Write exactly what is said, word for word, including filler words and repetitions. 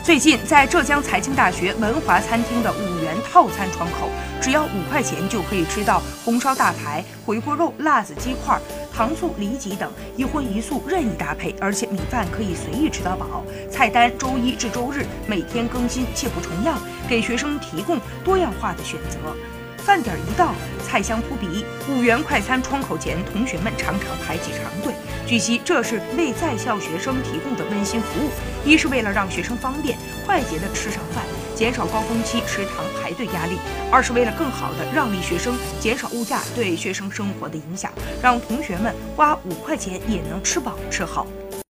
最近，在浙江财经大学文华餐厅的五元套餐窗口，只要五块钱就可以吃到红烧大排、回锅肉、辣子鸡块、糖醋里脊等一荤一素任意搭配，而且米饭可以随意吃到饱。菜单周一至周日每天更新，且不重样，给学生提供多样化的选择。饭点一到，菜香扑鼻，五元快餐窗口前，同学们常常排起长队。据悉，这是为在校学生提供的温馨服务，一是为了让学生方便快捷地吃上饭，减少高峰期食堂排队压力；二是为了更好地让利学生，减少物价对学生生活的影响，让同学们花五块钱也能吃饱吃好。